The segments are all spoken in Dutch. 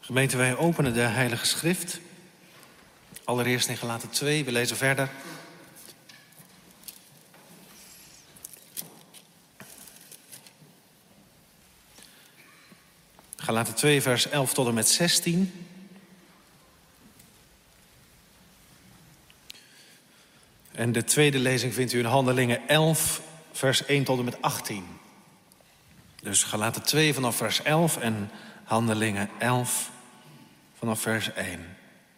Gemeente, wij openen de Heilige Schrift. Allereerst in Galaten 2, we lezen verder. Galaten 2, vers 11 tot en met 16. En de tweede lezing vindt u in Handelingen 11, vers 1 tot en met 18. Dus Galaten 2 vanaf vers 11 en Handelingen 11 vanaf vers 1.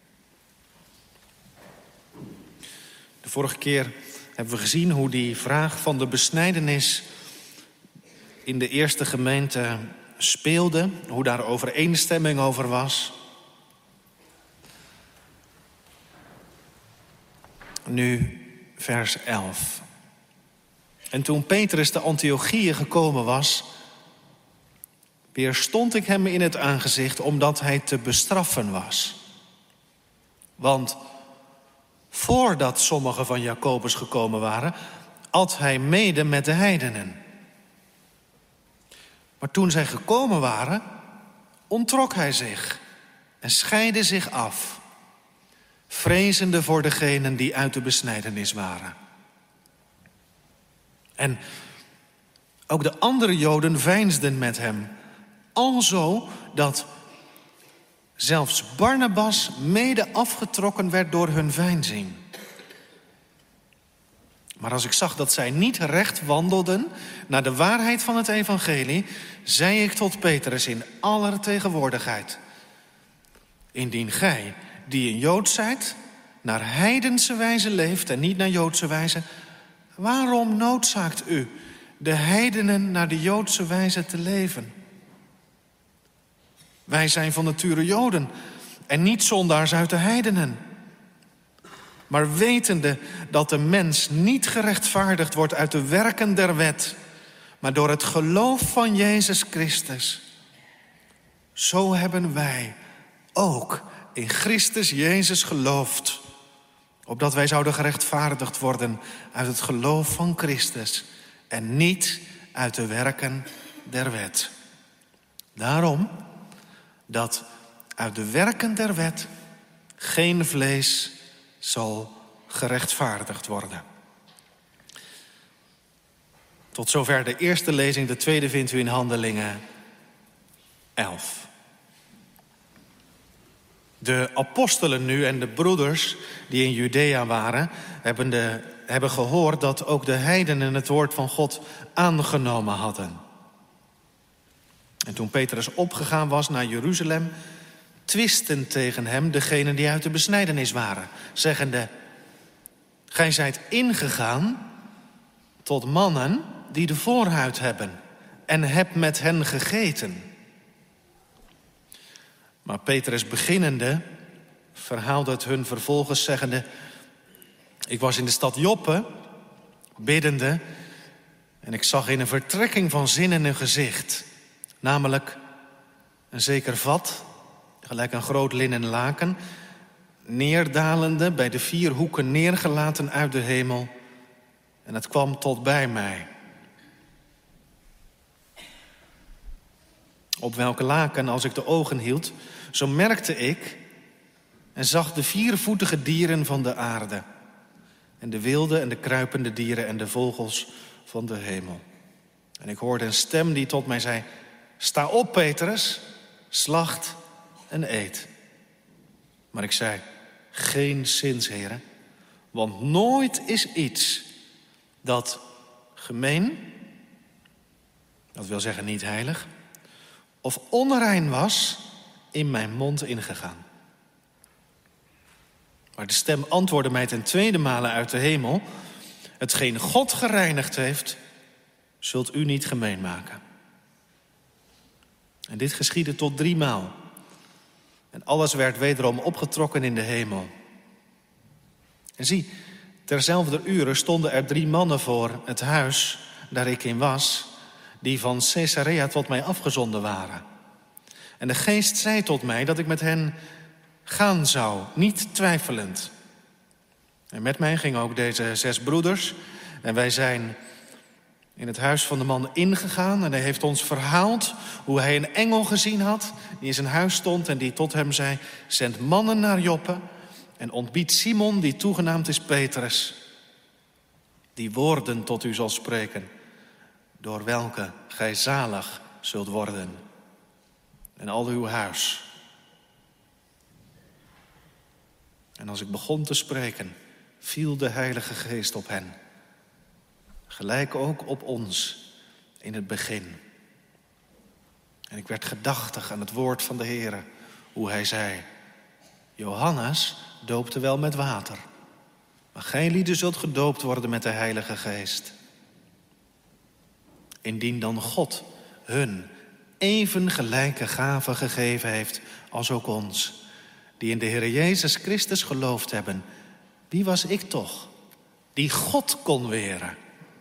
De vorige keer hebben we gezien hoe die vraag van de besnijdenis in de eerste gemeente speelde, hoe daar overeenstemming over was. Nu vers 11. En toen Petrus te Antiochië gekomen was, weerstond ik hem in het aangezicht, omdat hij te bestraffen was. Want voordat sommigen van Jacobus gekomen waren, at hij mede met de heidenen. Maar toen zij gekomen waren, onttrok hij zich en scheidde zich af, vrezende voor degenen die uit de besnijdenis waren. En ook de andere Joden veinsden met hem, alzo dat zelfs Barnabas mede afgetrokken werd door hun veinzing. Maar als ik zag dat zij niet recht wandelden naar de waarheid van het evangelie, zei ik tot Petrus in aller tegenwoordigheid: indien gij, die een Jood zijt, naar heidense wijze leeft en niet naar Joodse wijze, waarom noodzaakt u de heidenen naar de Joodse wijze te leven? Wij zijn van nature Joden en niet zondaars uit de heidenen. Maar wetende dat de mens niet gerechtvaardigd wordt uit de werken der wet, maar door het geloof van Jezus Christus, zo hebben wij ook in Christus Jezus geloofd, opdat wij zouden gerechtvaardigd worden uit het geloof van Christus en niet uit de werken der wet. Daarom dat uit de werken der wet geen vlees zal gerechtvaardigd worden. Tot zover de eerste lezing. De tweede vindt u in Handelingen 11. De apostelen nu en de broeders die in Judea waren, hebben gehoord dat ook de heidenen het woord van God aangenomen hadden. En toen Petrus opgegaan was naar Jeruzalem, twisten tegen hem degenen die uit de besnijdenis waren, zeggende: gij zijt ingegaan tot mannen die de voorhuid hebben en hebt met hen gegeten. Maar Petrus beginnende verhaalde het hun vervolgens, zeggende: ik was in de stad Joppe, biddende, en ik zag in een vertrekking van zinnen een gezicht, namelijk een zeker vat, gelijk een groot linnen laken, neerdalende, bij de 4 hoeken neergelaten uit de hemel. En het kwam tot bij mij. Op welke laken, als ik de ogen hield, zo merkte ik en zag de 4-voetige dieren van de aarde, en de wilde en de kruipende dieren en de vogels van de hemel. En ik hoorde een stem die tot mij zei: sta op, Petrus, slacht en eet. Maar ik zei: geen zins, heren, want nooit is iets dat gemeen, dat wil zeggen niet heilig, of onrein was, in mijn mond ingegaan. Maar de stem antwoordde mij ten tweede male uit de hemel: hetgeen God gereinigd heeft, zult u niet gemeen maken. En dit geschiedde tot 3 maal. En alles werd wederom opgetrokken in de hemel. En zie, terzelfde uren stonden er 3 mannen voor het huis daar ik in was, die van Caesarea tot mij afgezonden waren. En de geest zei tot mij dat ik met hen gaan zou, niet twijfelend. En met mij gingen ook deze 6 broeders. En wij zijn in het huis van de man ingegaan en hij heeft ons verhaald hoe hij een engel gezien had die in zijn huis stond en die tot hem zei: zend mannen naar Joppe en ontbied Simon, die toegenaamd is Petrus, die woorden tot u zal spreken, door welke gij zalig zult worden en al uw huis. En als ik begon te spreken, viel de Heilige Geest op hen, gelijk ook op ons in het begin. En ik werd gedachtig aan het woord van de Heere, hoe hij zei: Johannes doopte wel met water, maar gij lieden zult gedoopt worden met de Heilige Geest. Indien dan God hun even gelijke gaven gegeven heeft als ook ons, die in de Heer Jezus Christus geloofd hebben, wie was ik toch die God kon weren?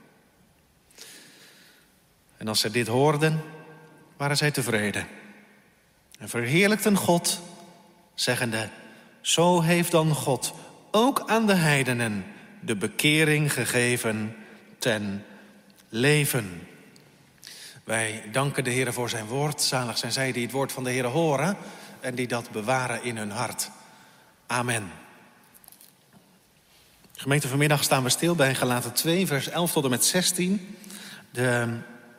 En als zij dit hoorden, waren zij tevreden en verheerlijkten God, zeggende: zo heeft dan God ook aan de heidenen de bekering gegeven ten leven. Wij danken de Heer voor zijn woord. Zalig zijn zij die het woord van de Heer horen en die dat bewaren in hun hart. Amen. Gemeente, vanmiddag staan we stil bij Galaten 2, vers 11 tot en met 16. De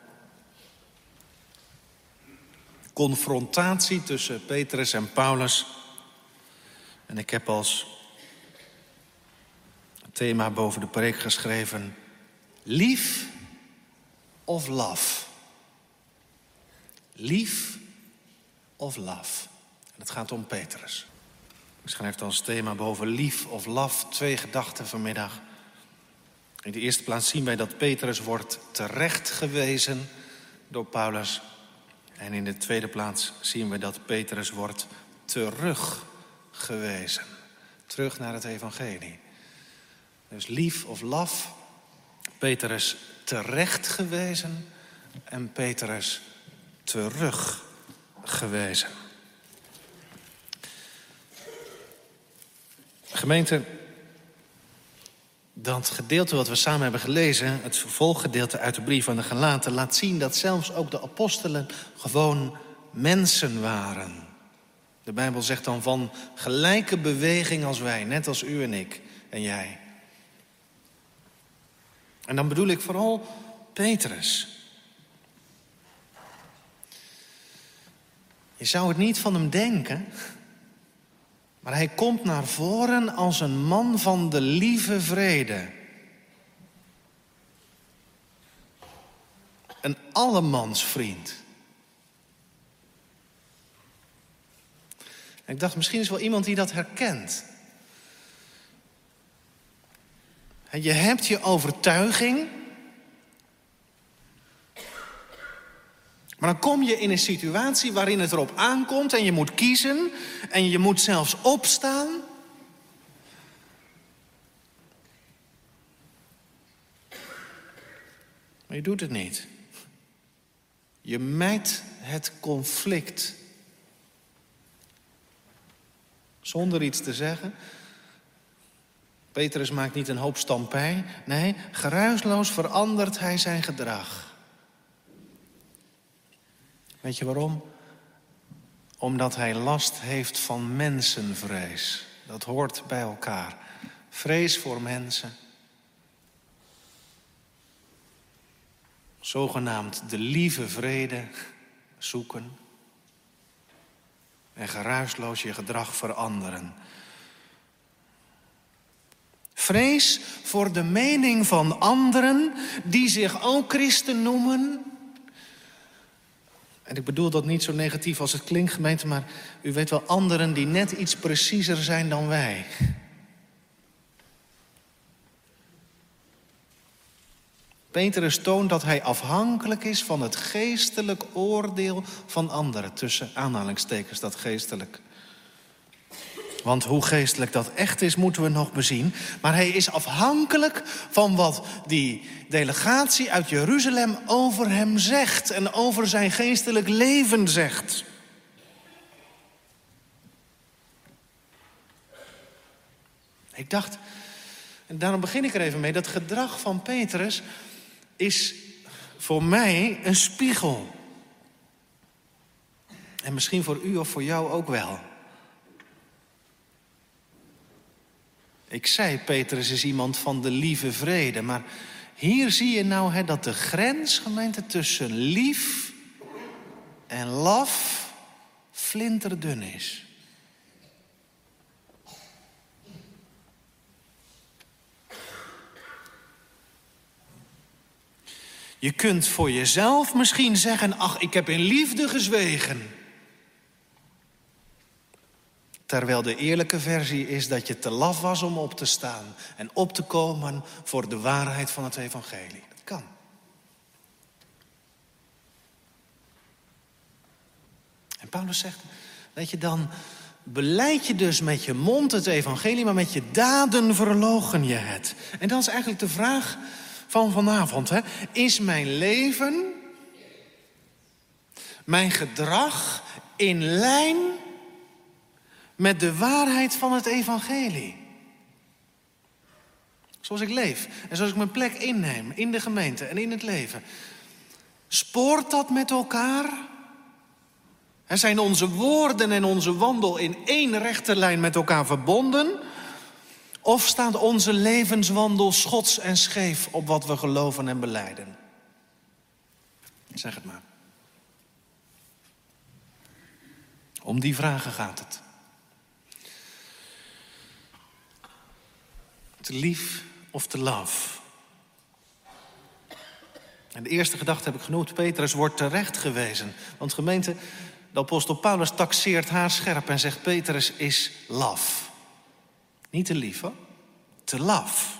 confrontatie tussen Petrus en Paulus. En ik heb als thema boven de preek geschreven: lief of laf? Lief of laf? En het gaat om Petrus. Ik schrijf als thema boven lief of laf 2 gedachten vanmiddag. In de eerste plaats zien wij dat Petrus wordt terechtgewezen door Paulus. En in de tweede plaats zien we dat Petrus wordt teruggewezen. Terug naar het evangelie. Dus lief of laf, Petrus terechtgewezen en Petrus teruggewezen. Gemeente, dat gedeelte wat we samen hebben gelezen, het vervolggedeelte uit de brief aan de Galaten, laat zien dat zelfs ook de apostelen gewoon mensen waren. De Bijbel zegt dan van gelijke beweging als wij, net als u en ik en jij. En dan bedoel ik vooral Petrus. Je zou het niet van hem denken, maar hij komt naar voren als een man van de lieve vrede. Een allemansvriend. En ik dacht, misschien is wel iemand die dat herkent. Je hebt je overtuiging, maar dan kom je in een situatie waarin het erop aankomt en je moet kiezen en je moet zelfs opstaan. Maar je doet het niet. Je mijdt het conflict. Zonder iets te zeggen. Petrus maakt niet een hoop stampij. Nee, geruisloos verandert hij zijn gedrag. Weet je waarom? Omdat hij last heeft van mensenvrees. Dat hoort bij elkaar. Vrees voor mensen. Zogenaamd de lieve vrede zoeken. En geruisloos je gedrag veranderen. Vrees voor de mening van anderen die zich ook christen noemen. En ik bedoel dat niet zo negatief als het klinkt, gemeente, maar u weet wel, anderen die net iets preciezer zijn dan wij. Petrus toont dat hij afhankelijk is van het geestelijk oordeel van anderen. Tussen aanhalingstekens dat geestelijk. Want hoe geestelijk dat echt is, moeten we nog bezien. Maar hij is afhankelijk van wat die delegatie uit Jeruzalem over hem zegt. En over zijn geestelijk leven zegt. Ik dacht, en daarom begin ik er even mee, dat gedrag van Petrus is voor mij een spiegel. En misschien voor u of voor jou ook wel. Ik zei, Petrus is iemand van de lieve vrede. Maar hier zie je nou dat de grens, gemeente, tussen lief en laf flinterdun is. Je kunt voor jezelf misschien zeggen, ach, ik heb in liefde gezwegen. Terwijl de eerlijke versie is dat je te laf was om op te staan en op te komen voor de waarheid van het evangelie. Dat kan. En Paulus zegt, weet je, dan belijd je dus met je mond het evangelie, maar met je daden verloochen je het. En dat is eigenlijk de vraag van vanavond. Is mijn leven, mijn gedrag in lijn met de waarheid van het evangelie? Zoals ik leef en zoals ik mijn plek inneem in de gemeente en in het leven. Spoort dat met elkaar? En zijn onze woorden en onze wandel in één rechte lijn met elkaar verbonden? Of staat onze levenswandel schots en scheef op wat we geloven en belijden? Zeg het maar. Om die vragen gaat het. Te lief of te laf? En de eerste gedachte heb ik genoemd. Petrus wordt terecht gewezen. Want gemeente, de apostel Paulus taxeert haar scherp en zegt, Petrus is laf. Niet te lief, hoor. Te laf.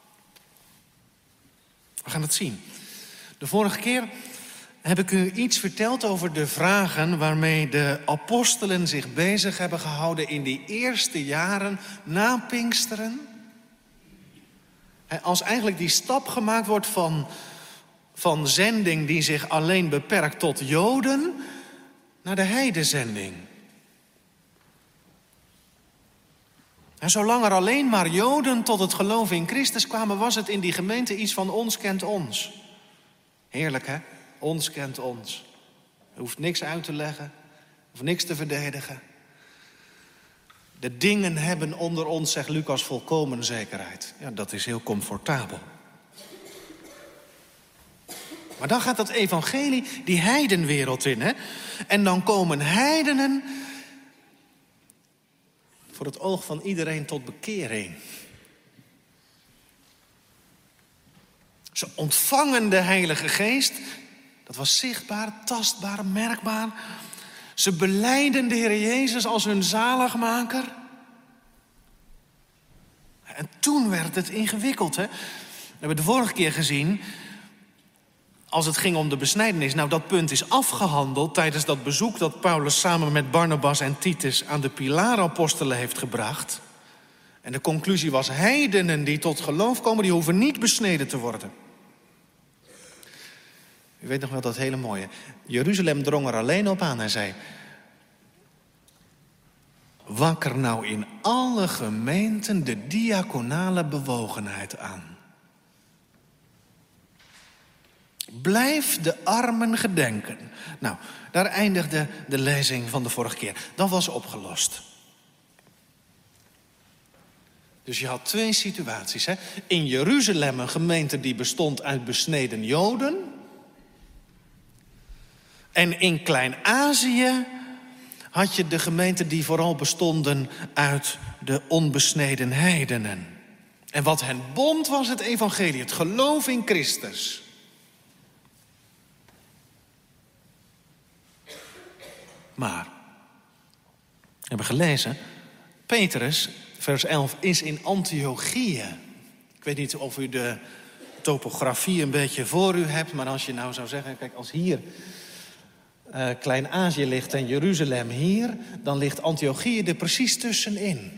We gaan het zien. De vorige keer heb ik u iets verteld over de vragen waarmee de apostelen zich bezig hebben gehouden in die eerste jaren na Pinksteren. Als eigenlijk die stap gemaakt wordt van zending die zich alleen beperkt tot Joden naar de heidenzending. En zolang er alleen maar Joden tot het geloof in Christus kwamen, was het in die gemeente iets van ons kent ons. Heerlijk, hè? Ons kent ons. Je hoeft niks uit te leggen, hoeft niks te verdedigen. De dingen hebben onder ons, zegt Lucas, volkomen zekerheid. Ja, dat is heel comfortabel. Maar dan gaat dat evangelie die heidenwereld in, hè? En dan komen heidenen voor het oog van iedereen tot bekering. Ze ontvangen de Heilige Geest. Dat was zichtbaar, tastbaar, merkbaar. Ze belijden de Heer Jezus als hun zaligmaker. En toen werd het ingewikkeld, hè? We hebben de vorige keer gezien, als het ging om de besnijdenis. Nou, dat punt is afgehandeld tijdens dat bezoek dat Paulus samen met Barnabas en Titus aan de Pilarenapostelen heeft gebracht. En de conclusie was, heidenen die tot geloof komen, die hoeven niet besneden te worden. U weet nog wel dat hele mooie. Jeruzalem drong er alleen op aan en zei, wakker nou in alle gemeenten de diaconale bewogenheid aan. Blijf de armen gedenken. Nou, daar eindigde de lezing van de vorige keer. Dat was opgelost. Dus je had twee situaties. Hè? In Jeruzalem een gemeente die bestond uit besneden Joden. En in Klein-Azië had je de gemeenten die vooral bestonden uit de onbesneden heidenen. En wat hen bond was het evangelie, het geloof in Christus. Maar, we hebben gelezen, Petrus, vers 11, is in Antiochië. Ik weet niet of u de topografie een beetje voor u hebt, maar als je nou zou zeggen, kijk, als hier Klein-Azië ligt en Jeruzalem hier, dan ligt Antiochië er precies tussenin.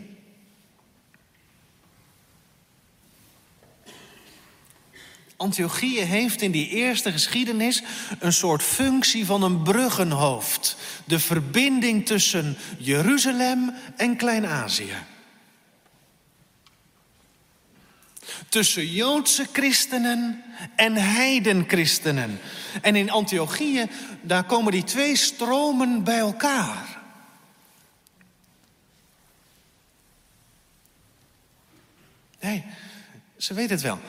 Antiochië heeft in die eerste geschiedenis een soort functie van een bruggenhoofd. De verbinding tussen Jeruzalem en Klein-Azië. Tussen Joodse christenen en heidenchristenen. En in Antiochië, daar komen die twee stromen bij elkaar. Nee, ze weten het wel.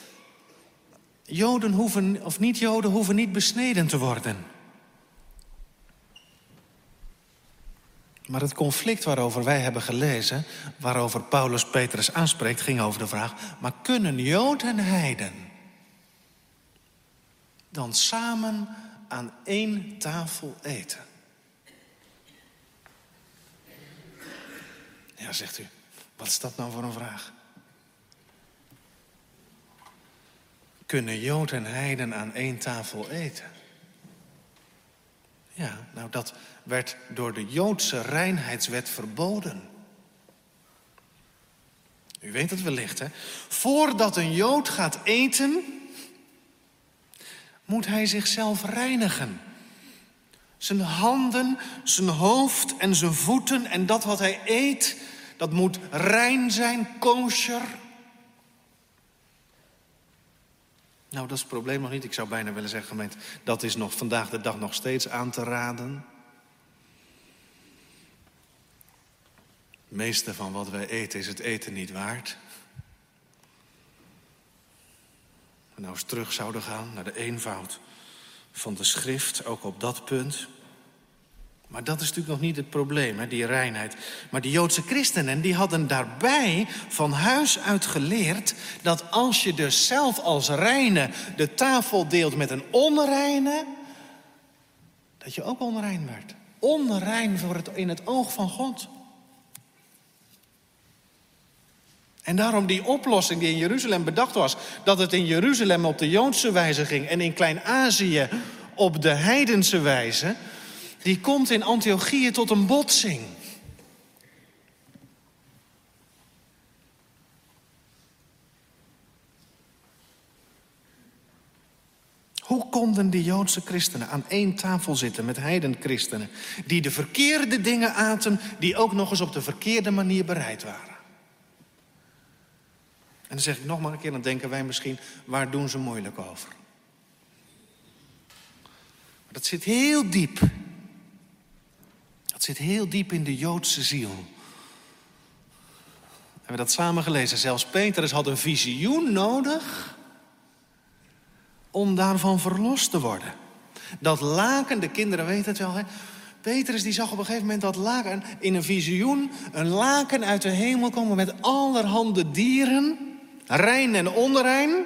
Joden hoeven, of niet-Joden hoeven niet besneden te worden. Maar het conflict waarover wij hebben gelezen, waarover Paulus Petrus aanspreekt, ging over de vraag: maar kunnen Jood en heiden dan samen aan één tafel eten? Ja, zegt u, wat is dat nou voor een vraag? Kunnen Jood en heiden aan één tafel eten? Ja, nou dat werd door de Joodse reinheidswet verboden. U weet het wellicht, hè? Voordat een Jood gaat eten, moet hij zichzelf reinigen. Zijn handen, zijn hoofd en zijn voeten en dat wat hij eet, dat moet rein zijn, kosher. Nou, dat is het probleem nog niet. Ik zou bijna willen zeggen, gemeente, dat is nog vandaag de dag nog steeds aan te raden. Het meeste van wat wij eten is het eten niet waard. Als we nou eens terug zouden gaan naar de eenvoud van de schrift, ook op dat punt. Maar dat is natuurlijk nog niet het probleem, hè, die reinheid. Maar die Joodse christenen, die hadden daarbij van huis uit geleerd dat als je dus zelf als reine de tafel deelt met een onreine, dat je ook onrein werd. Onrein in het oog van God. En daarom die oplossing die in Jeruzalem bedacht was, dat het in Jeruzalem op de Joodse wijze ging en in Klein-Azië op de heidense wijze, die komt in Antiochië tot een botsing. Hoe konden die Joodse christenen aan één tafel zitten met heidenchristenen die de verkeerde dingen aten, die ook nog eens op de verkeerde manier bereid waren? En dan zeg ik nog maar een keer, dan denken wij misschien, waar doen ze moeilijk over? Maar dat zit heel diep. Dat zit heel diep in de Joodse ziel. We hebben dat samen gelezen. Zelfs Petrus had een visioen nodig om daarvan verlost te worden. Dat laken, de kinderen weten het wel, hè? Petrus die zag op een gegeven moment dat laken in een visioen, een laken uit de hemel komen met allerhande dieren, rein en onrein.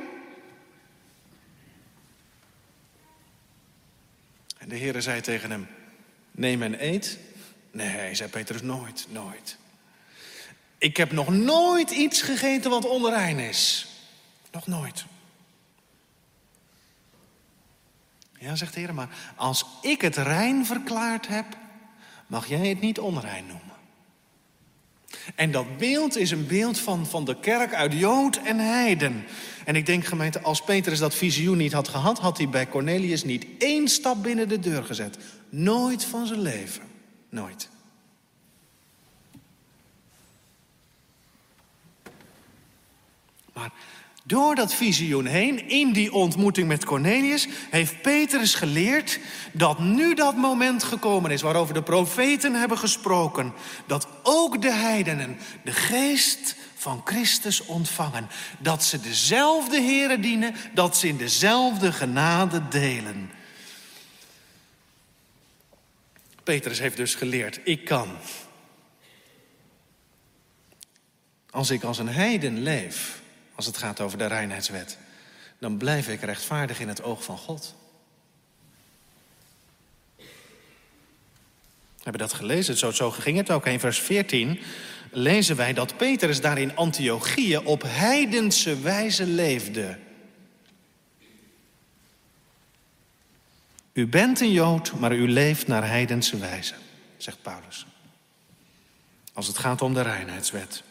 En de Heere zei tegen hem: neem en eet. Nee, zei Petrus, nooit. Ik heb nog nooit iets gegeten wat onrein is. Nog nooit. Ja, zegt de Heer, maar als ik het rein verklaard heb, mag jij het niet onrein noemen. En dat beeld is een beeld van de kerk uit Jood en heiden. En ik denk, gemeente, als Petrus dat visioen niet had gehad, had hij bij Cornelius niet één stap binnen de deur gezet. Nooit van zijn leven. Nooit. Maar door dat visioen heen, in die ontmoeting met Cornelius, heeft Petrus geleerd dat nu dat moment gekomen is waarover de profeten hebben gesproken, dat ook de heidenen de geest van Christus ontvangen. Dat ze dezelfde Here dienen, dat ze in dezelfde genade delen. Petrus heeft dus geleerd, ik kan. Als ik als een heiden leef, als het gaat over de reinheidswet, dan blijf ik rechtvaardig in het oog van God. We hebben dat gelezen, zo ging het ook. In vers 14 lezen wij dat Petrus daar in Antiochië op heidense wijze leefde. U bent een Jood, maar u leeft naar heidense wijze, zegt Paulus. Als het gaat om de reinheidswet.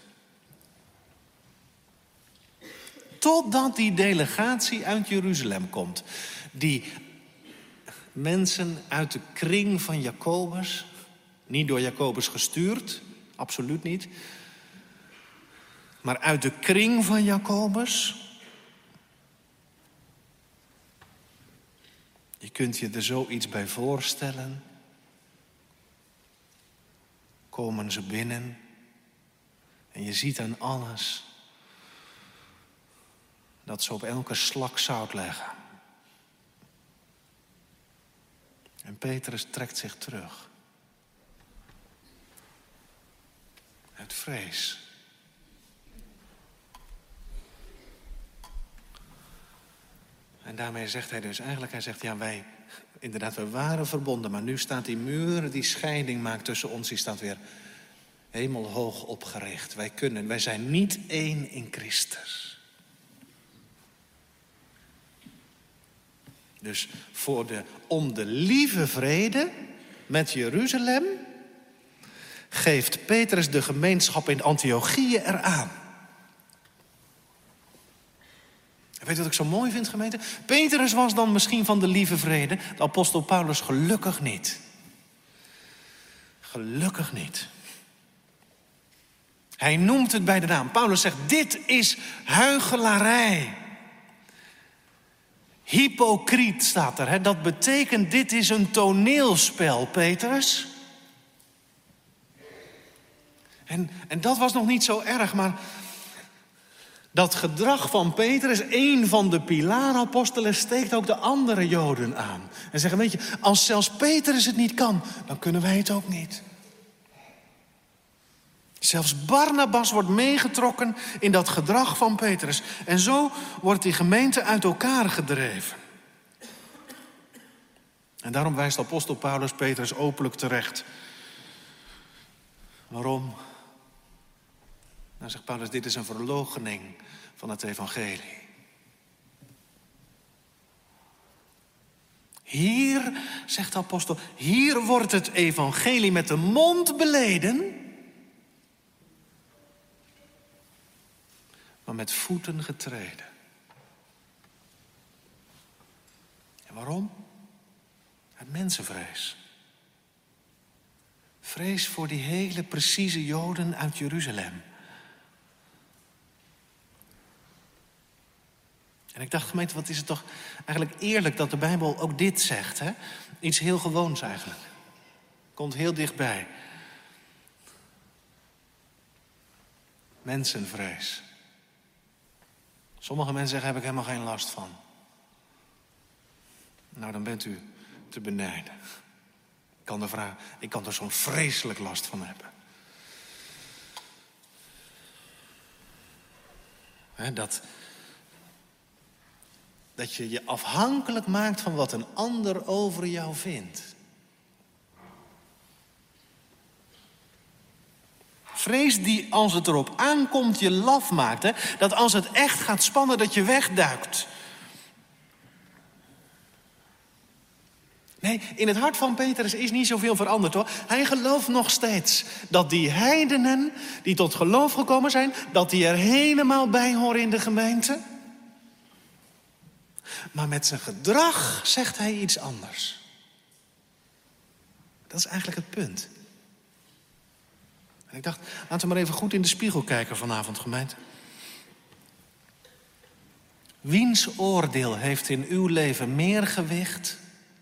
Totdat die delegatie uit Jeruzalem komt. Die mensen uit de kring van Jacobus, niet door Jacobus gestuurd, absoluut niet. Maar uit de kring van Jacobus, je kunt je er zoiets bij voorstellen, komen ze binnen en je ziet aan alles dat ze op elke slak zout leggen. En Petrus trekt zich terug. Uit vrees. En daarmee zegt hij dus eigenlijk, hij zegt, ja, wij waren verbonden, maar nu staat die muur, die scheiding maakt tussen ons, die staat weer hemelhoog opgericht. Wij zijn niet één in Christus. Dus om de lieve vrede met Jeruzalem geeft Petrus de gemeenschap in Antiochië eraan. En weet je wat ik zo mooi vind, gemeente? Petrus was dan misschien van de lieve vrede, de apostel Paulus gelukkig niet. Gelukkig niet. Hij noemt het bij de naam. Paulus zegt, dit is huichelarij. Hypocriet staat er. Hè? Dat betekent, dit is een toneelspel, Petrus. En dat was nog niet zo erg, maar dat gedrag van Petrus, één van de pilaarapostelen, steekt ook de andere Joden aan. En zeggen, weet je, als zelfs Petrus het niet kan, dan kunnen wij het ook niet. Zelfs Barnabas wordt meegetrokken in dat gedrag van Petrus. En zo wordt die gemeente uit elkaar gedreven. En daarom wijst apostel Paulus Petrus openlijk terecht. Waarom? Nou, zegt Paulus, dit is een verloochening van het evangelie. Hier, zegt de apostel, hier wordt het evangelie met de mond beleden, maar met voeten getreden. En waarom? Uit mensenvrees. Vrees voor die hele precieze Joden uit Jeruzalem. En ik dacht, gemeente, wat is het toch eigenlijk eerlijk dat de Bijbel ook dit zegt, hè? Iets heel gewoons eigenlijk. Komt heel dichtbij. Mensenvrees. Sommige mensen zeggen, heb ik helemaal geen last van. Nou, dan bent u te benijden. Ik kan er zo'n vreselijk last van hebben. Dat je je afhankelijk maakt van wat een ander over jou vindt. Vrees die, als het erop aankomt, je laf maakt. Hè? Dat als het echt gaat spannen, dat je wegduikt. Nee, in het hart van Petrus is niet zoveel veranderd, hoor. Hij gelooft nog steeds dat die heidenen die tot geloof gekomen zijn, dat die er helemaal bij horen in de gemeente. Maar met zijn gedrag zegt hij iets anders. Dat is eigenlijk het punt. En ik dacht, laten we maar even goed in de spiegel kijken vanavond, gemeente. Wiens oordeel heeft in uw leven meer gewicht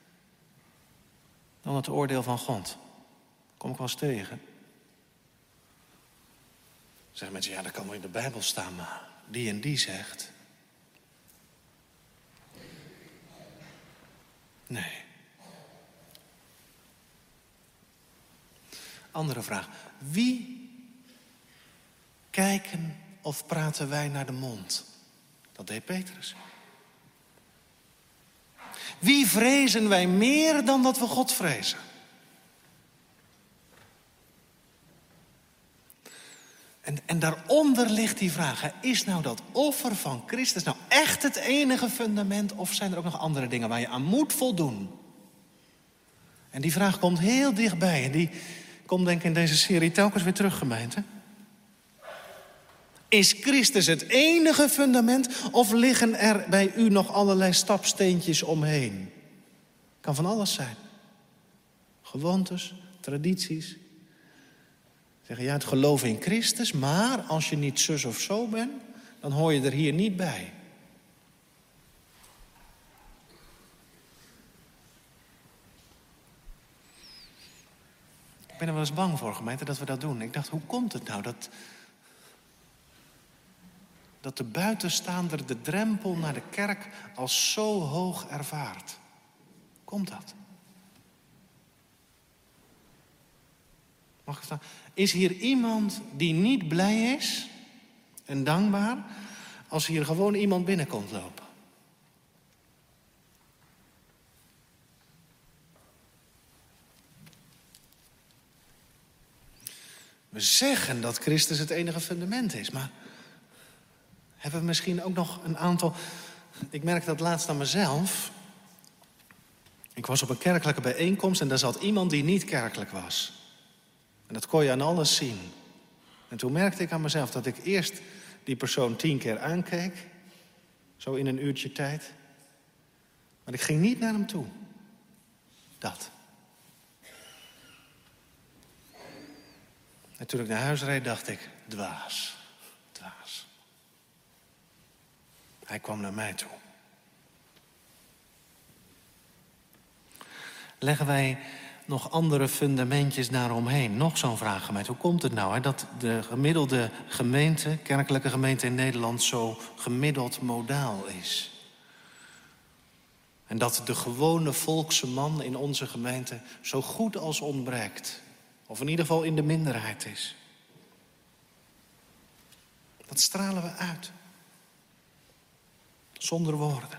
dan het oordeel van God? Kom ik wel eens tegen. Zeggen mensen, ja, dat kan wel in de Bijbel staan, maar die en die zegt. Nee. Andere vraag. Wie kijken of praten wij naar de mond? Dat deed Petrus. Wie vrezen wij meer dan dat we God vrezen? En daaronder ligt die vraag. Hè, is nou dat offer van Christus nou echt het enige fundament? Of zijn er ook nog andere dingen waar je aan moet voldoen? En die vraag komt heel dichtbij. En die komt denk ik in deze serie telkens weer terug, gemeente. Is Christus het enige fundament? Of liggen er bij u nog allerlei stapsteentjes omheen? Kan van alles zijn. Gewoontes, tradities. Zeggen, ja, het geloof in Christus, maar als je niet zus of zo bent, dan hoor je er hier niet bij. Ik ben er wel eens bang voor, gemeente, dat we dat doen. Ik dacht, hoe komt het nou dat de buitenstaander de drempel naar de kerk als zo hoog ervaart? Hoe komt dat? Mag ik staan? Is hier iemand die niet blij is en dankbaar als hier gewoon iemand binnenkomt lopen? We zeggen dat Christus het enige fundament is, maar hebben we misschien ook nog een aantal... Ik merk dat laatst aan mezelf. Ik was op een kerkelijke bijeenkomst en daar zat iemand die niet kerkelijk was. En dat kon je aan alles zien. En toen merkte ik aan mezelf dat ik eerst die persoon 10 keer aankeek. Zo in een uurtje tijd. Maar ik ging niet naar hem toe. Dat. En toen ik naar huis reed, dacht ik, dwaas. Dwaas. Hij kwam naar mij toe. Leggen wij nog andere fundamentjes daaromheen? Nog zo'n vraag, gemeente. Hoe komt het nou dat de gemiddelde gemeente, kerkelijke gemeente in Nederland, zo gemiddeld modaal is? En dat de gewone volkse man in onze gemeente zo goed als ontbreekt. Of in ieder geval in de minderheid is. Dat stralen we uit. Zonder woorden.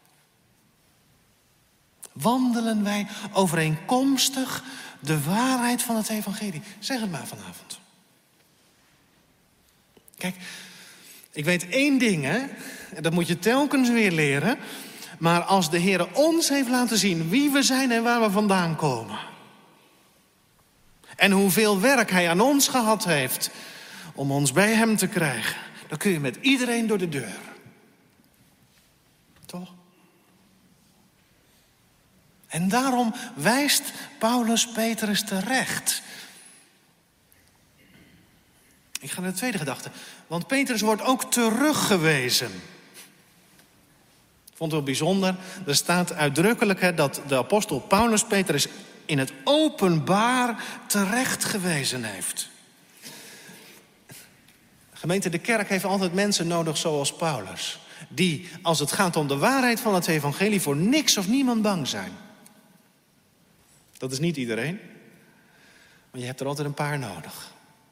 Wandelen wij overeenkomstig de waarheid van het evangelie? Zeg het maar vanavond. Kijk, ik weet 1 ding, hè. En dat moet je telkens weer leren. Maar als de Heer ons heeft laten zien wie we zijn en waar we vandaan komen. En hoeveel werk Hij aan ons gehad heeft om ons bij Hem te krijgen. Dan kun je met iedereen door de deur. Toch? En daarom wijst Paulus Petrus terecht. Ik ga naar de tweede gedachte. Want Petrus wordt ook teruggewezen. Ik vond het wel bijzonder. Er staat uitdrukkelijk dat de apostel Paulus Petrus in het openbaar terecht gewezen heeft. Gemeente, de kerk heeft altijd mensen nodig zoals Paulus. Die, als het gaat om de waarheid van het evangelie, voor niks of niemand bang zijn. Dat is niet iedereen. Maar je hebt er altijd een paar nodig.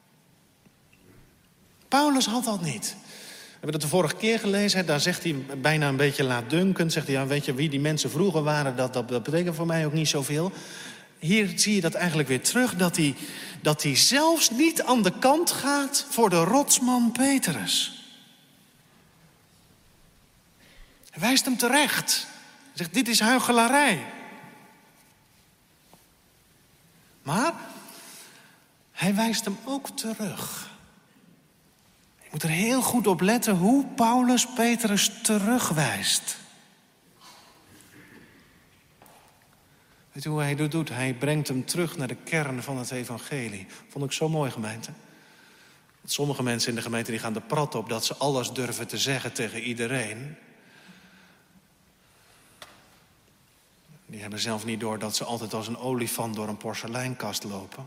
Paulus had dat niet. We hebben dat de vorige keer gelezen. Daar zegt hij bijna een beetje laatdunkend. Zegt hij, ja, weet je wie die mensen vroeger waren? Dat betekent voor mij ook niet zoveel. Hier zie je dat eigenlijk weer terug. Dat hij zelfs niet aan de kant gaat voor de rotsman Petrus. Hij wijst hem terecht. Hij zegt, dit is huichelarij. Maar hij wijst hem ook terug. Je moet er heel goed op letten hoe Paulus Petrus terugwijst. Weet je hoe hij dat doet? Hij brengt hem terug naar de kern van het evangelie. Vond ik zo mooi, gemeente. Want sommige mensen in de gemeente die gaan de prat op dat ze alles durven te zeggen tegen iedereen. Die hebben zelf niet door dat ze altijd als een olifant door een porseleinkast lopen.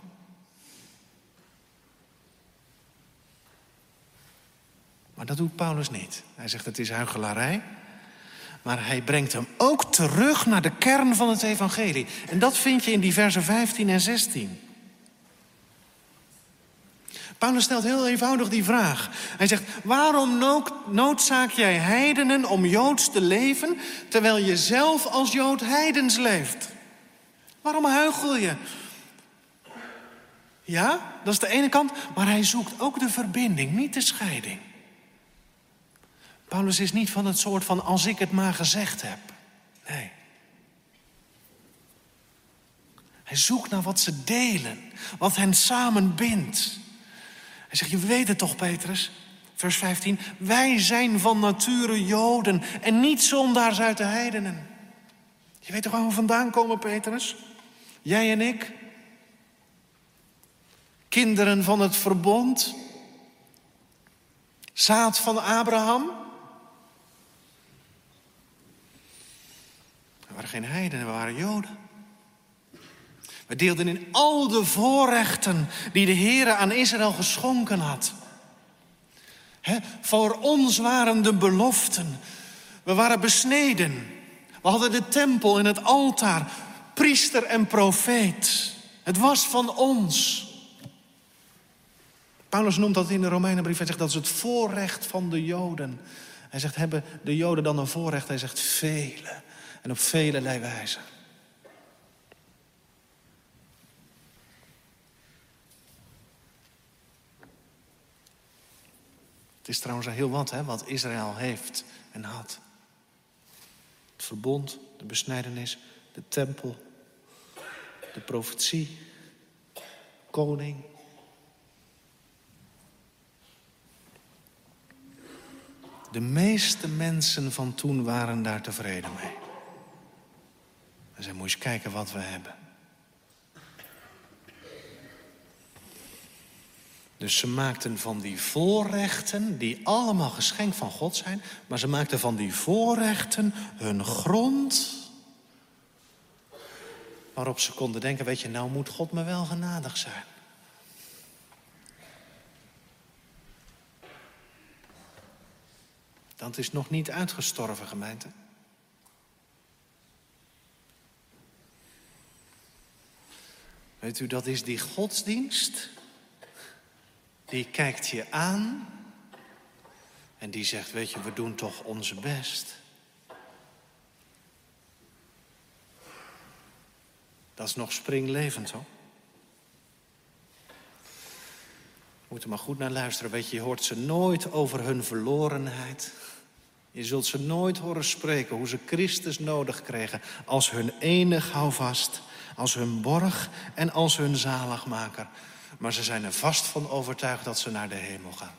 Maar dat doet Paulus niet. Hij zegt het is huichelarij. Maar hij brengt hem ook terug naar de kern van het evangelie. En dat vind je in die versen 15 en 16. Paulus stelt heel eenvoudig die vraag. Hij zegt, waarom noodzaak jij heidenen om Joods te leven, terwijl je zelf als Jood heidens leeft? Waarom huichel je? Ja, dat is de ene kant, maar hij zoekt ook de verbinding, niet de scheiding. Paulus is niet van het soort van als ik het maar gezegd heb. Nee. Hij zoekt naar wat ze delen, wat hen samen bindt. Hij zegt, je weet het toch, Petrus? Vers 15. Wij zijn van nature Joden en niet zondaars uit de heidenen. Je weet toch waar we vandaan komen, Petrus? Jij en ik. kinderen van het verbond, zaad van Abraham. We waren geen heidenen, we waren Joden. We deelden in al de voorrechten die de Heere aan Israël geschonken had. Voor ons waren de beloften. We waren besneden. We hadden de tempel en het altaar, priester en profeet. Het was van ons. Paulus noemt dat in de Romeinenbrief. Hij zegt dat is het voorrecht van de Joden. Hij zegt, hebben de Joden dan een voorrecht? Hij zegt vele. En op velerlei wijze. Het is trouwens heel wat Israël heeft en had. Het verbond, de besnijdenis, de tempel, de profetie, koning. De meeste mensen van toen waren daar tevreden mee. En zei, moet je eens kijken wat we hebben. Dus ze maakten van die voorrechten, die allemaal geschenk van God zijn, maar ze maakten van die voorrechten hun grond waarop ze konden denken, weet je, nou moet God me wel genadig zijn. Dat is nog niet uitgestorven, gemeente. Weet u, dat is die godsdienst. Die kijkt je aan en die zegt, weet je, we doen toch ons best. Dat is nog springlevend, hoor. We moeten maar goed naar luisteren. Weet je hoort ze nooit over hun verlorenheid. Je zult ze nooit horen spreken hoe ze Christus nodig kregen als hun enig houvast, als hun borg en als hun zaligmaker. Maar ze zijn er vast van overtuigd dat ze naar de hemel gaan.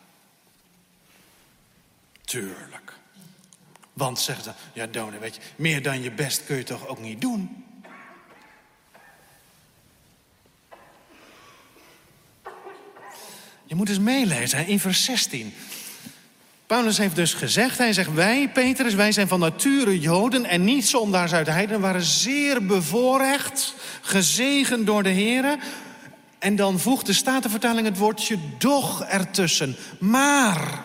Tuurlijk. Want, zeggen ze, ja dominee, weet je, meer dan je best kun je toch ook niet doen? Je moet eens meelezen in vers 16. Paulus heeft dus gezegd, hij zegt, wij, Petrus, wij zijn van nature Joden en niet zondaars uit de heidenen, waren zeer bevoorrecht, gezegend door de Heere. En dan voegt de Statenvertaling het woordje doch ertussen. Maar.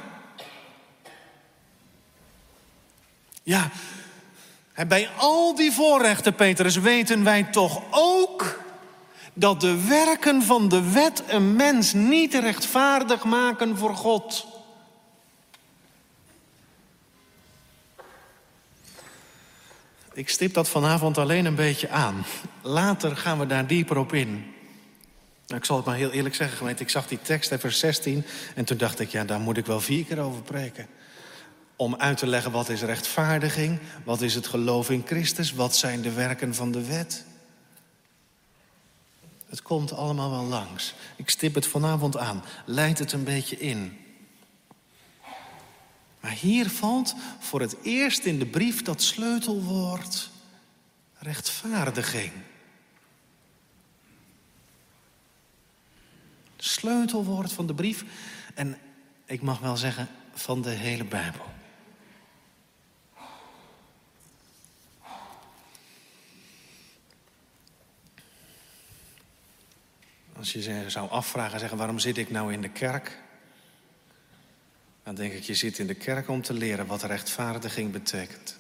Ja, bij al die voorrechten, Petrus, weten wij toch ook dat de werken van de wet een mens niet rechtvaardig maken voor God. Ik stip dat vanavond alleen een beetje aan. Later gaan we daar dieper op in. Ik zal het maar heel eerlijk zeggen, gemeente. Ik zag die tekst in vers 16 en toen dacht ik, ja, daar moet ik wel 4 keer over preken. Om uit te leggen wat is rechtvaardiging, wat is het geloof in Christus, wat zijn de werken van de wet. Het komt allemaal wel langs. Ik stip het vanavond aan, leid het een beetje in. Maar hier valt voor het eerst in de brief dat sleutelwoord rechtvaardiging. Sleutelwoord van de brief en ik mag wel zeggen van de hele Bijbel. Als je zou afvragen, zeggen, waarom zit ik nou in de kerk? Dan denk ik, je zit in de kerk om te leren wat rechtvaardiging betekent.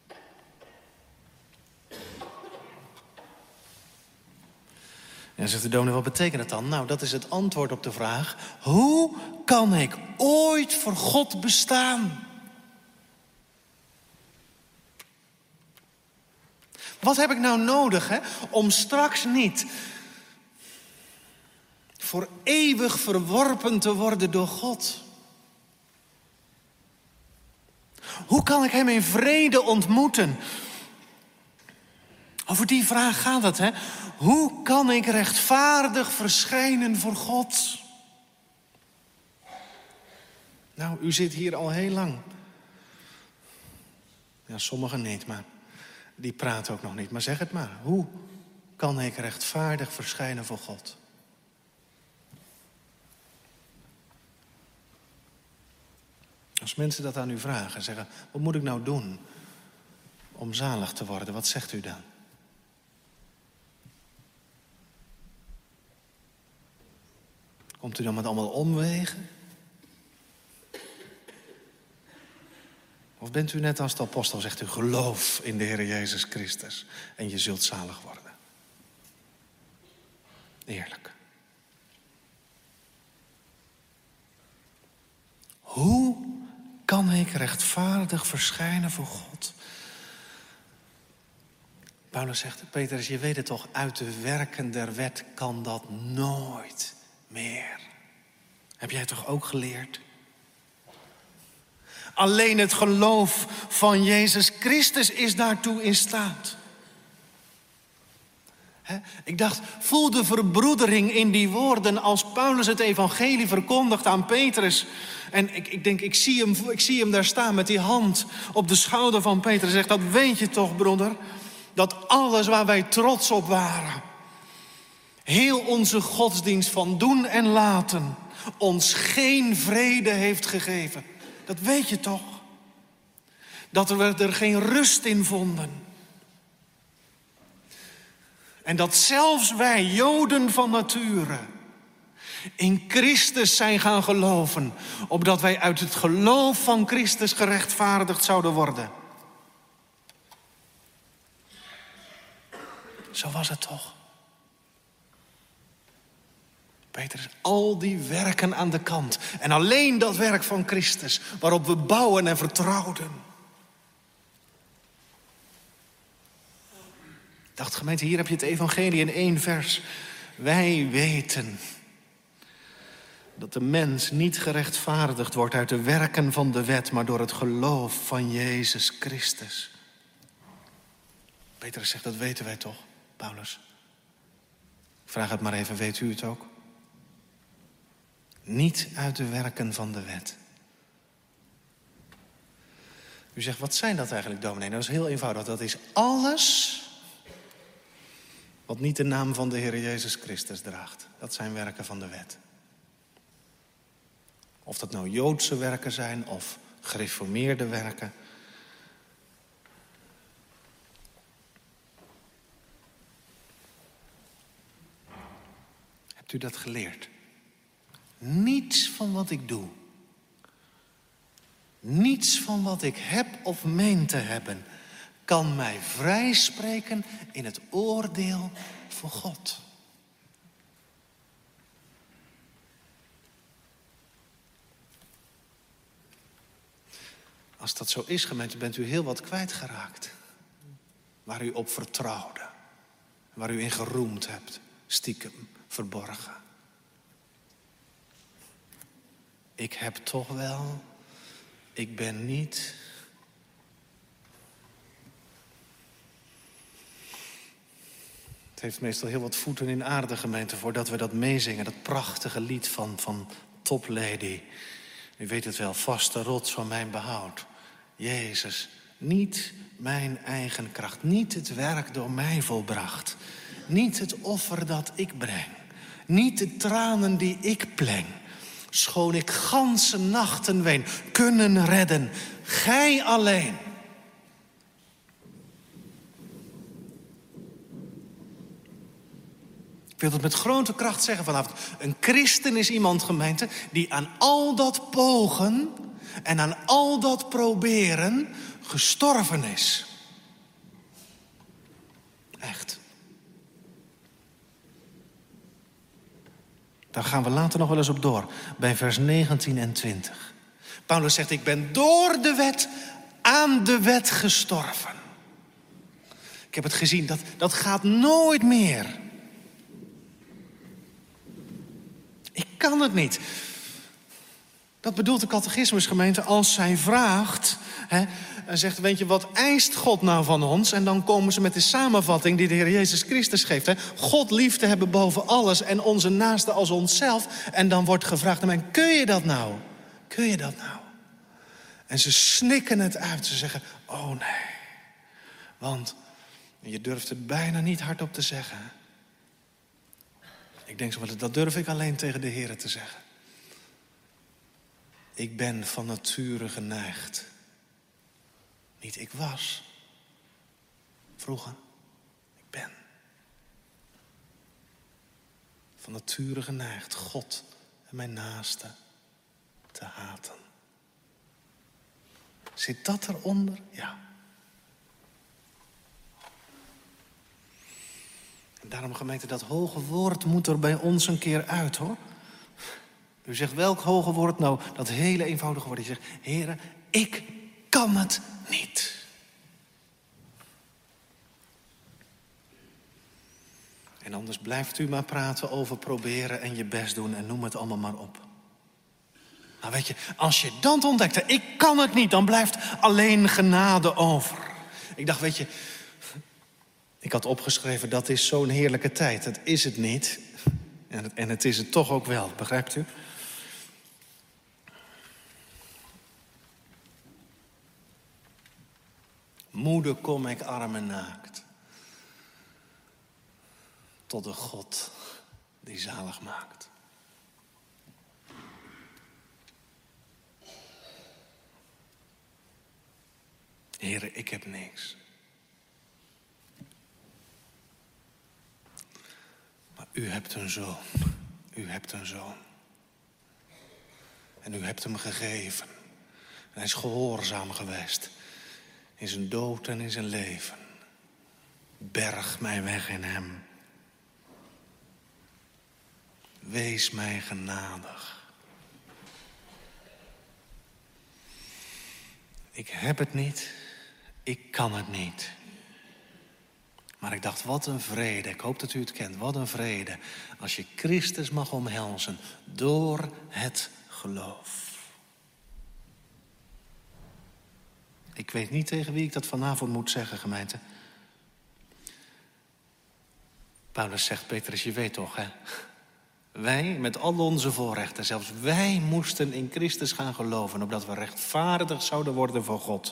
En dan zegt de dominee, wat betekent dat dan? Nou, dat is het antwoord op de vraag, hoe kan ik ooit voor God bestaan? Wat heb ik nou nodig, om straks niet voor eeuwig verworpen te worden door God? Hoe kan ik hem in vrede ontmoeten? Over die vraag gaat het, Hoe kan ik rechtvaardig verschijnen voor God? Nou, u zit hier al heel lang. Ja, sommigen niet, maar die praten ook nog niet. Maar zeg het maar. Hoe kan ik rechtvaardig verschijnen voor God? Als mensen dat aan u vragen, zeggen, wat moet ik nou doen om zalig te worden? Wat zegt u dan? Komt u dan met allemaal omwegen? Of bent u net als de apostel, zegt u, geloof in de Heer Jezus Christus en je zult zalig worden? Eerlijk. Hoe kan ik rechtvaardig verschijnen voor God? Paulus zegt, Petrus, je weet het toch, uit de werken der wet kan dat nooit meer. Heb jij toch ook geleerd? Alleen het geloof van Jezus Christus is daartoe in staat. Ik dacht, voel de verbroedering in die woorden als Paulus het evangelie verkondigt aan Petrus. En ik denk, ik zie hem daar staan met die hand op de schouder van Petrus. Zegt, dat weet je toch, broeder? Dat alles waar wij trots op waren, heel onze godsdienst van doen en laten, ons geen vrede heeft gegeven. Dat weet je toch? Dat we er geen rust in vonden. En dat zelfs wij, Joden van nature, in Christus zijn gaan geloven, opdat wij uit het geloof van Christus gerechtvaardigd zouden worden. Zo was het toch? Petrus, al die werken aan de kant. En alleen dat werk van Christus, waarop we bouwen en vertrouwden. Ik dacht, gemeente, hier heb je het evangelie in 1 vers. Wij weten dat de mens niet gerechtvaardigd wordt uit de werken van de wet, maar door het geloof van Jezus Christus. Petrus zegt, dat weten wij toch, Paulus? Ik vraag het maar even, weet u het ook? Niet uit de werken van de wet. U zegt, wat zijn dat eigenlijk, dominee? Dat is heel eenvoudig. Dat is alles wat niet de naam van de Heer Jezus Christus draagt. Dat zijn werken van de wet. Of dat nou Joodse werken zijn of gereformeerde werken. Hebt u dat geleerd? Niets van wat ik doe, niets van wat ik heb of meen te hebben, kan mij vrijspreken in het oordeel van God. Als dat zo is, gemeente, bent u heel wat kwijtgeraakt. Waar u op vertrouwde, waar u in geroemd hebt, stiekem, verborgen. Ik heb toch wel, ik ben niet. Het heeft meestal heel wat voeten in aarde, gemeente, voordat we dat meezingen. Dat prachtige lied van Top Lady. U weet het wel, vaste rots van mijn behoud. Jezus, niet mijn eigen kracht, niet het werk door mij volbracht. Niet het offer dat ik breng. Niet de tranen die ik pleng. Schoon ik ganse nachten ween, kunnen redden. Gij alleen. Ik wil het met grote kracht zeggen vanavond. Een christen is iemand, gemeente, die aan al dat pogen en aan al dat proberen gestorven is. Echt. Daar gaan we later nog wel eens op door. Bij vers 19 en 20. Paulus zegt, ik ben door de wet aan de wet gestorven. Ik heb het gezien, dat gaat nooit meer. Ik kan het niet. Dat bedoelt de catechismus, gemeente, als zij vraagt en zegt, weet je, wat eist God nou van ons? En dan komen ze met de samenvatting die de Heer Jezus Christus geeft. God lief te hebben boven alles en onze naaste als onszelf. En dan wordt gevraagd, kun je dat nou? Kun je dat nou? En ze snikken het uit. Ze zeggen, oh nee. Want je durft het bijna niet hardop te zeggen. Ik denk zo, dat durf ik alleen tegen de Heer te zeggen. Ik ben van nature geneigd. Niet ik was. Vroeger. Ik ben. Van nature geneigd God en mijn naaste te haten. Zit dat eronder? Ja. En daarom, gemeente, dat hoge woord moet er bij ons een keer uit, hoor. U zegt, welk hoge woord nou? Dat hele eenvoudige woord. Je zegt, Heere, ik kan het niet. En anders blijft u maar praten over proberen en je best doen en noem het allemaal maar op. Nou weet je, als je dan ontdekt, ik kan het niet, dan blijft alleen genade over. Ik dacht, weet je, ik had opgeschreven, dat is zo'n heerlijke tijd. Dat is het niet. En het is het toch ook wel, begrijpt u? Moede kom ik arm en naakt. Tot de God die zalig maakt. Heere, ik heb niks. Maar u hebt een zoon. U hebt een zoon. En u hebt hem gegeven. En hij is gehoorzaam geweest. In zijn dood en in zijn leven. Berg mij weg in hem. Wees mij genadig. Ik heb het niet. Ik kan het niet. Maar ik dacht, wat een vrede. Ik hoop dat u het kent. Wat een vrede. Als je Christus mag omhelzen. Door het geloof. Ik weet niet tegen wie ik dat vanavond moet zeggen, gemeente. Paulus zegt, Petrus, je weet toch, hè? Wij, met al onze voorrechten, zelfs wij moesten in Christus gaan geloven, opdat we rechtvaardig zouden worden voor God.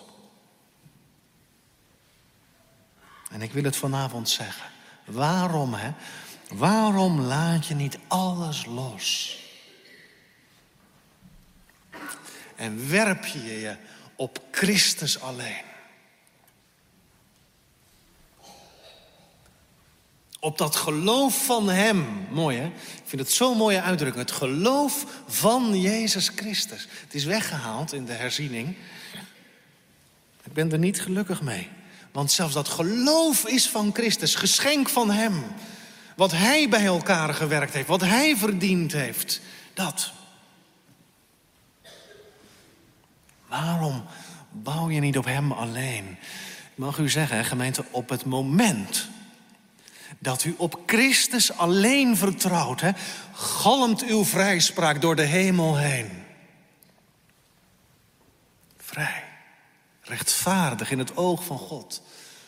En ik wil het vanavond zeggen. Waarom, hè? Waarom laat je niet alles los? En werp je je op Christus alleen. Op dat geloof van hem. Mooi, hè? Ik vind het zo'n mooie uitdrukking. Het geloof van Jezus Christus. Het is weggehaald in de herziening. Ik ben er niet gelukkig mee. Want zelfs dat geloof is van Christus. Geschenk van hem. Wat hij bij elkaar gewerkt heeft. Wat hij verdiend heeft. Dat. Waarom bouw je niet op hem alleen? Ik mag u zeggen, gemeente, op het moment dat u op Christus alleen vertrouwt, hè, galmt uw vrijspraak door de hemel heen. Vrij, rechtvaardig in het oog van God.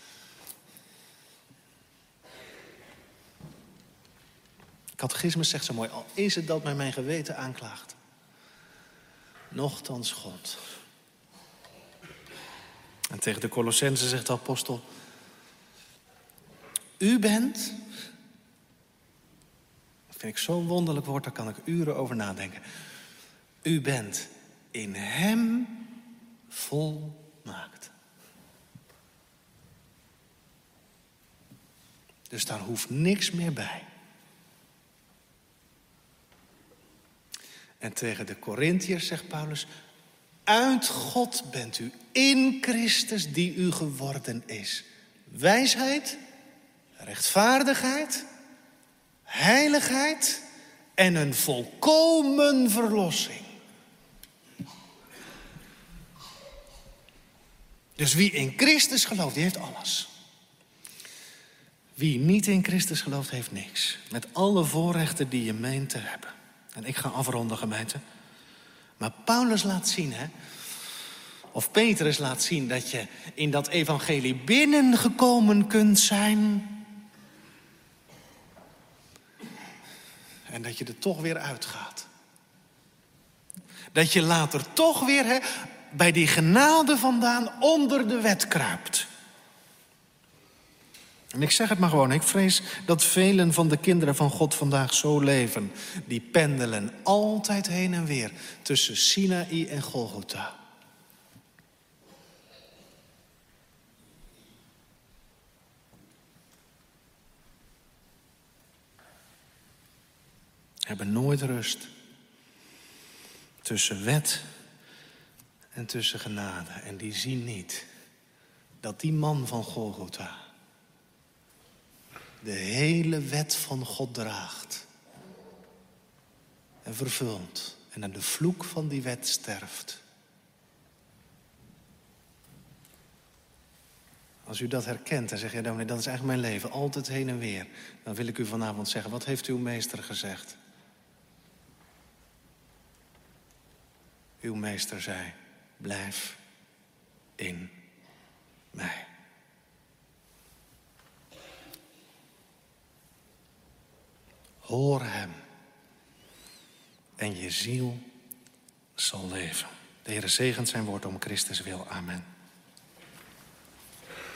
Catechismus zegt zo mooi, al is het dat mij mijn geweten aanklaagt, nochtans God. En tegen de Colossenzen zegt de apostel, u bent, dat vind ik zo'n wonderlijk woord, daar kan ik uren over nadenken. U bent in hem volmaakt. Dus daar hoeft niks meer bij. En tegen de Korintiërs zegt Paulus, uit God bent u in Christus die u geworden is. Wijsheid, rechtvaardigheid, heiligheid en een volkomen verlossing. Dus wie in Christus gelooft, die heeft alles. Wie niet in Christus gelooft, heeft niks. Met alle voorrechten die je meent te hebben. En ik ga afronden, gemeente. Maar Paulus laat zien, hè, of Petrus laat zien, dat je in dat evangelie binnengekomen kunt zijn. En dat je er toch weer uitgaat. Dat je later toch weer, hè, bij die genade vandaan onder de wet kruipt. En ik zeg het maar gewoon, ik vrees dat velen van de kinderen van God vandaag zo leven. Die pendelen altijd heen en weer tussen Sinaï en Golgotha. Hebben nooit rust tussen wet en tussen genade. En die zien niet dat die man van Golgotha de hele wet van God draagt en vervult en aan de vloek van die wet sterft. Als u dat herkent en zegt, ja dominee, dat is eigenlijk mijn leven, altijd heen en weer. Dan wil ik u vanavond zeggen, wat heeft uw meester gezegd? Uw meester zei, blijf in mij. Hoor hem en je ziel zal leven. De Heere zegent zijn woord om Christus wil. Amen.